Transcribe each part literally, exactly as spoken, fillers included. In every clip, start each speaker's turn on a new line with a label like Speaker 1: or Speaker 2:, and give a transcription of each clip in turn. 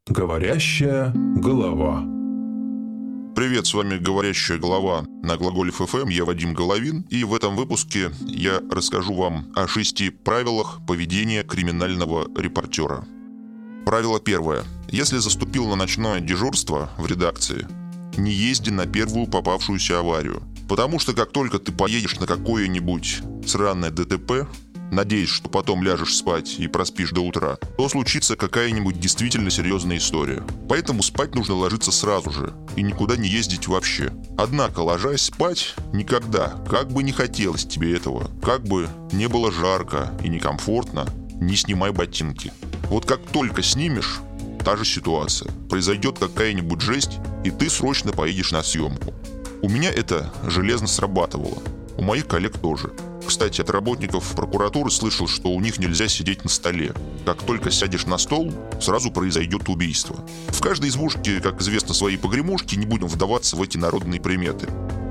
Speaker 1: Говорящая голова.
Speaker 2: Привет, с вами «Говорящая голова» на Глаголев эф эм, я Вадим Головин, и в этом выпуске я расскажу вам о шести правилах поведения криминального репортера. Правило первое. Если заступил на ночное дежурство в редакции, не езди на первую попавшуюся аварию, потому что как только ты поедешь на какое-нибудь сраное ДТП, надеясь, что потом ляжешь спать и проспишь до утра, то случится какая-нибудь действительно серьезная история. Поэтому спать нужно ложиться сразу же и никуда не ездить вообще. Однако, ложась спать, никогда, как бы не хотелось тебе этого, как бы не было жарко и некомфортно, не снимай ботинки. Вот как только снимешь, та же ситуация. Произойдет какая-нибудь жесть, и ты срочно поедешь на съемку. У меня это железно срабатывало. У моих коллег тоже. Кстати, от работников прокуратуры слышал, что у них нельзя сидеть на столе. Как только сядешь на стол, сразу произойдет убийство. В каждой избушке, как известно, свои погремушки, не будем вдаваться в эти народные приметы.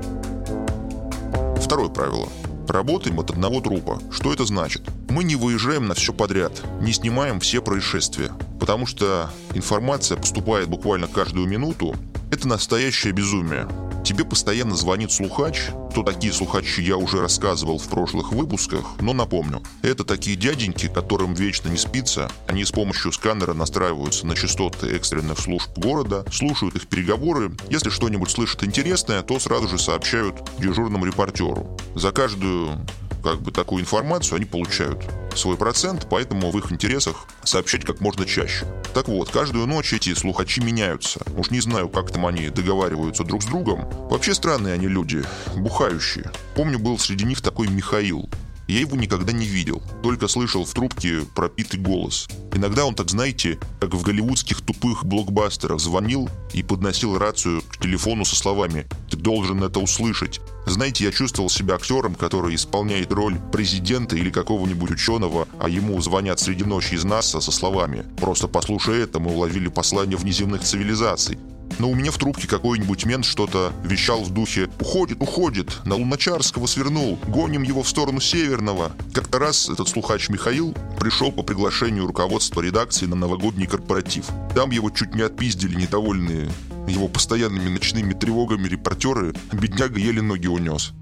Speaker 2: Второе правило. Работаем от одного трупа. Что это значит? Мы не выезжаем на все подряд, не снимаем все происшествия, потому что информация поступает буквально каждую минуту. Это настоящее безумие. Тебе постоянно звонит слухач. Кто такие слухачи, я уже рассказывал в прошлых выпусках, но напомню. Это такие дяденьки, которым вечно не спится. Они с помощью сканера настраиваются на частоты экстренных служб города, слушают их переговоры. Если что-нибудь слышат интересное, то сразу же сообщают дежурному репортеру. За каждую как бы такую информацию они получают свой процент, поэтому в их интересах сообщать как можно чаще. Так вот, каждую ночь эти слухачи меняются. Уж не знаю, как там они договариваются друг с другом. Вообще странные они люди, бухающие. Помню, был среди них такой Михаил. Я его никогда не видел, только слышал в трубке пропитый голос. Иногда он, так знаете, как в голливудских тупых блокбастерах, звонил и подносил рацию к телефону со словами «Ты должен это услышать». Знаете, я чувствовал себя актером, который исполняет роль президента или какого-нибудь ученого, а ему звонят среди ночи из НАСА со словами «Просто послушай это, мы уловили послание внеземных цивилизаций». Но у меня в трубке какой-нибудь мент что-то вещал в духе «Уходит, уходит, на Луначарского свернул, гоним его в сторону Северного». Как-то раз этот слухач Михаил пришел по приглашению руководства редакции на новогодний корпоратив. Там его чуть не отпиздили недовольные его постоянными ночными тревогами репортеры, бедняга еле ноги унес.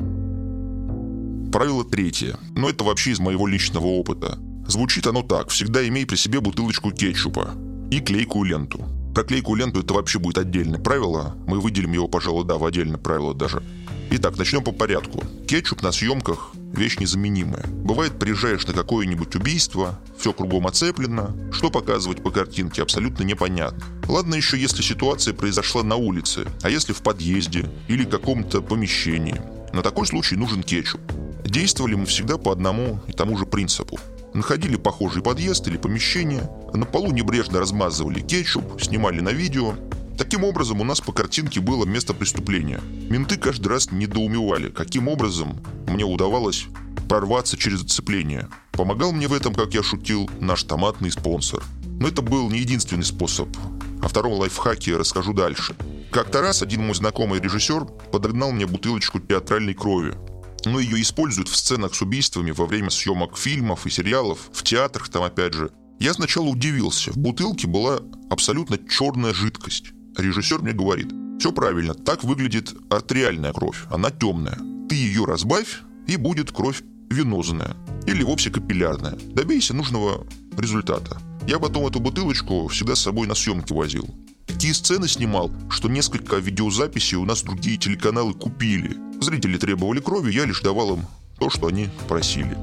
Speaker 2: Правило третье, но это вообще из моего личного опыта. Звучит оно так: всегда имей при себе бутылочку кетчупа и клейкую ленту. Про клейкую ленту это вообще будет отдельное правило. Мы выделим его, пожалуй, да, в отдельное правило даже. Итак, начнем по порядку. Кетчуп на съемках – вещь незаменимая. Бывает, приезжаешь на какое-нибудь убийство, все кругом оцеплено, что показывать по картинке абсолютно непонятно. Ладно еще, если ситуация произошла на улице, а если в подъезде или каком-то помещении. На такой случай нужен кетчуп. Действовали мы всегда по одному и тому же принципу. Находили похожий подъезд или помещение, на полу небрежно размазывали кетчуп, снимали на видео. Таким образом, у нас по картинке было место преступления. Менты каждый раз недоумевали, каким образом мне удавалось прорваться через оцепление. Помогал мне в этом, как я шутил, наш томатный спонсор. Но это был не единственный способ. О втором лайфхаке расскажу дальше. Как-то раз один мой знакомый режиссер подогнал мне бутылочку театральной крови. Но ее используют в сценах с убийствами во время съемок фильмов и сериалов, в театрах там опять же. Я сначала удивился. В бутылке была абсолютно черная жидкость. Режиссер мне говорит: все правильно, так выглядит артериальная кровь, она темная. Ты ее разбавь, и будет кровь венозная. Или вовсе капиллярная. Добейся нужного результата. Я потом эту бутылочку всегда с собой на съемки возил. Такие сцены снимал, что несколько видеозаписей у нас другие телеканалы купили. Зрители требовали крови, я лишь давал им то, что они просили.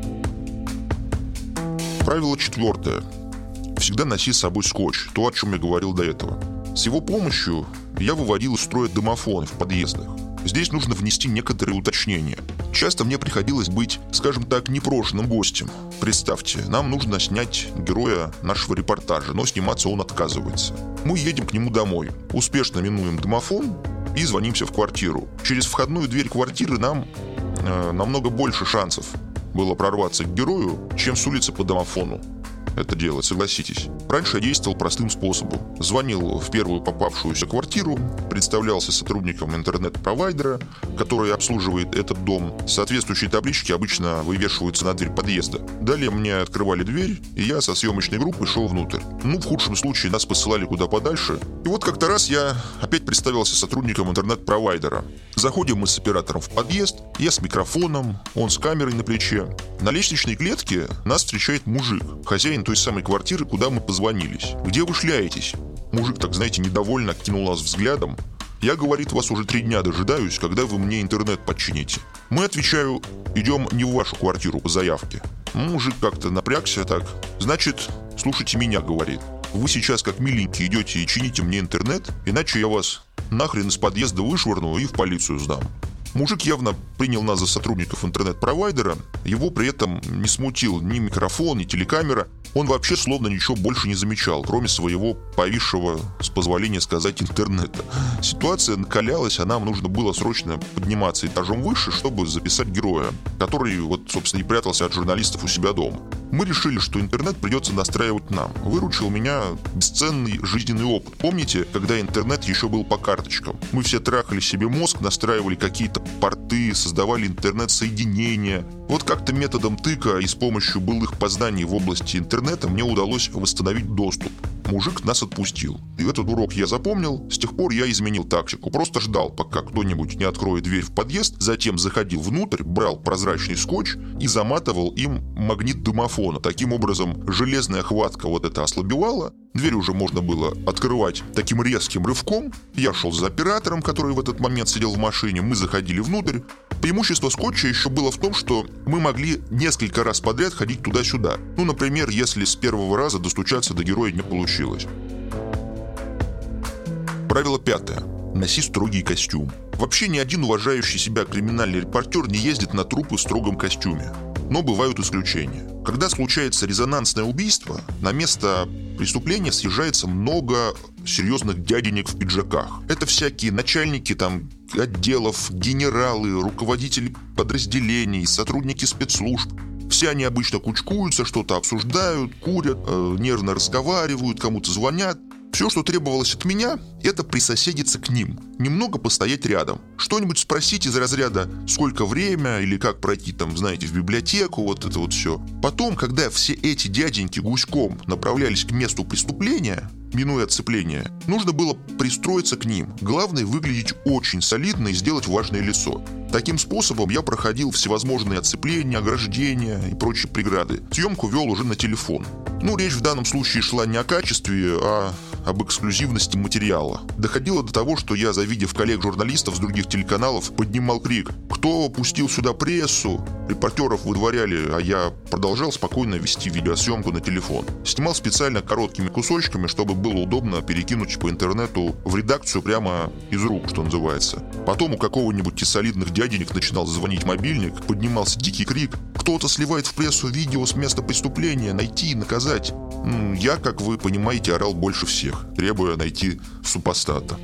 Speaker 2: Правило четвертое. Всегда носи с собой скотч, то, о чем я говорил до этого. С его помощью я выводил из строя домофоны в подъездах. Здесь нужно внести некоторые уточнения. Часто мне приходилось быть, скажем так, непрошенным гостем. Представьте, нам нужно снять героя нашего репортажа, но сниматься он отказывается. Мы едем к нему домой, успешно минуем домофон и звонимся в квартиру. Через входную дверь квартиры нам э, намного больше шансов было прорваться к герою, чем с улицы по домофону. это делать, согласитесь. Раньше я действовал простым способом. Звонил в первую попавшуюся квартиру, представлялся сотрудником интернет-провайдера, который обслуживает этот дом. Соответствующие таблички обычно вывешиваются на дверь подъезда. Далее мне открывали дверь, и я со съемочной группой шел внутрь. Ну, в худшем случае нас посылали куда подальше. И вот как-то раз я опять представился сотрудником интернет-провайдера. Заходим мы с оператором в подъезд, я с микрофоном, он с камерой на плече. На лестничной клетке нас встречает мужик, хозяин той самой квартиры, куда мы позвонились. «Где вы шляетесь?» Мужик, так знаете, недовольно кинул нас взглядом. «Я, говорит, вас уже три дня дожидаюсь, когда вы мне интернет подчините». Мы, отвечаю, идем не в вашу квартиру по заявке. Мужик как-то напрягся так. «Значит, слушайте меня», говорит. «Вы сейчас как миленькие идете и чините мне интернет, иначе я вас нахрен из подъезда вышвырну и в полицию сдам». Мужик явно принял нас за сотрудников интернет-провайдера. Его при этом не смутил ни микрофон, ни телекамера. Он вообще словно ничего больше не замечал, кроме своего повисшего, с позволения сказать, интернета. Ситуация накалялась, а нам нужно было срочно подниматься этажом выше, чтобы записать героя, который, вот, собственно, и прятался от журналистов у себя дома. Мы решили, что интернет придется настраивать нам. Выручил меня бесценный жизненный опыт. Помните, когда интернет еще был по карточкам? Мы все трахали себе мозг, настраивали какие-то порты, создавали интернет-соединения. Вот как-то методом тыка и с помощью былых познаний в области интернета мне удалось восстановить доступ. Мужик нас отпустил. И этот урок я запомнил. С тех пор я изменил тактику. Просто ждал, пока кто-нибудь не откроет дверь в подъезд, затем заходил внутрь, брал прозрачный скотч и заматывал им магнит домофона. Таким образом, железная хватка вот эта ослабевала. Дверь уже можно было открывать таким резким рывком. Я шел за оператором, который в этот момент сидел в машине. Мы заходили внутрь. Преимущество скотча еще было в том, что мы могли несколько раз подряд ходить туда-сюда. Ну, например, если с первого раза достучаться до героя не получилось. Правило пятое. Носи строгий костюм. Вообще ни один уважающий себя криминальный репортер не ездит на трупы в строгом костюме. Но бывают исключения. Когда случается резонансное убийство, на место преступления съезжается много серьезных дяденек в пиджаках. Это всякие начальники там отделов, генералы, руководители подразделений, сотрудники спецслужб. Все они обычно кучкуются, что-то обсуждают, курят, э, нервно разговаривают, кому-то звонят. Все, что требовалось от меня, это присоседиться к ним, немного постоять рядом. Что-нибудь спросить из разряда «сколько время» или «как пройти там, знаете, в библиотеку», вот это вот все. Потом, когда все эти дяденьки гуськом направлялись к месту преступления, минуя отцепление, нужно было пристроиться к ним. Главное — выглядеть очень солидно и сделать важное лицо. Таким способом я проходил всевозможные отцепления, ограждения и прочие преграды. Съемку вел уже на телефон. Ну, речь в данном случае шла не о качестве, а об эксклюзивности материала. Доходило до того, что я, завидев коллег-журналистов с других телеканалов, поднимал крик: «Кто пустил сюда прессу?» Репортеров выдворяли, а я продолжал спокойно вести видеосъемку на телефон. Снимал специально короткими кусочками, чтобы было удобно перекинуть по интернету в редакцию прямо из рук, что называется. Потом у какого-нибудь из солидных дяденек начинал звонить мобильник, поднимался дикий крик: «Кто-то сливает в прессу видео с места преступления, найти и наказать». Я, как вы понимаете, орал больше всех, требуя найти супостата.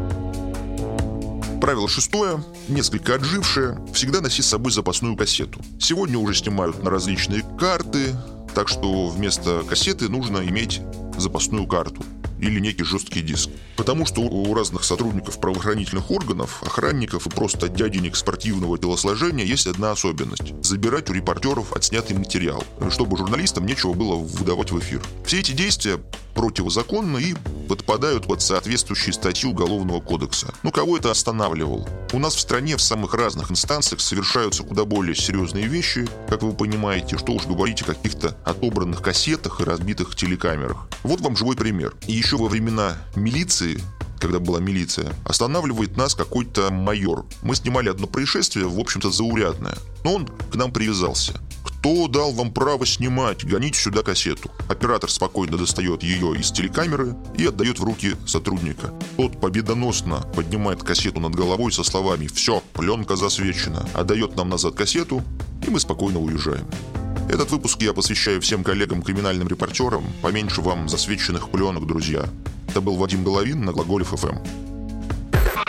Speaker 2: Правило шестое, несколько отжившее: всегда носи с собой запасную кассету. Сегодня уже снимают на различные карты, так что вместо кассеты нужно иметь запасную карту или некий жесткий диск. Потому что у разных сотрудников правоохранительных органов, охранников и просто дяденек спортивного телосложения есть одна особенность – забирать у репортеров отснятый материал, чтобы журналистам нечего было выдавать в эфир. Все эти действия противозаконны и подпадают под соответствующие статьи Уголовного кодекса. Ну, кого это останавливал? У нас в стране в самых разных инстанциях совершаются куда более серьезные вещи, как вы понимаете, что уж говорить о каких-то отобранных кассетах и разбитых телекамерах. Вот вам живой пример. И еще во времена милиции, когда была милиция, останавливает нас какой-то майор. Мы снимали одно происшествие, в общем-то, заурядное. Но он к нам привязался. «Кто дал вам право снимать? Гоните сюда кассету». Оператор спокойно достает ее из телекамеры и отдает в руки сотрудника. Тот победоносно поднимает кассету над головой со словами «Все, пленка засвечена», отдает нам назад кассету, и мы спокойно уезжаем. Этот выпуск я посвящаю всем коллегам-криминальным репортерам. Поменьше вам засвеченных пленок, друзья. Это был Вадим Головин на Глаголев эф эм.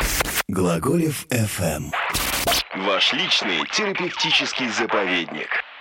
Speaker 1: Глаголев эф эм.
Speaker 3: Ваш личный терапевтический заповедник.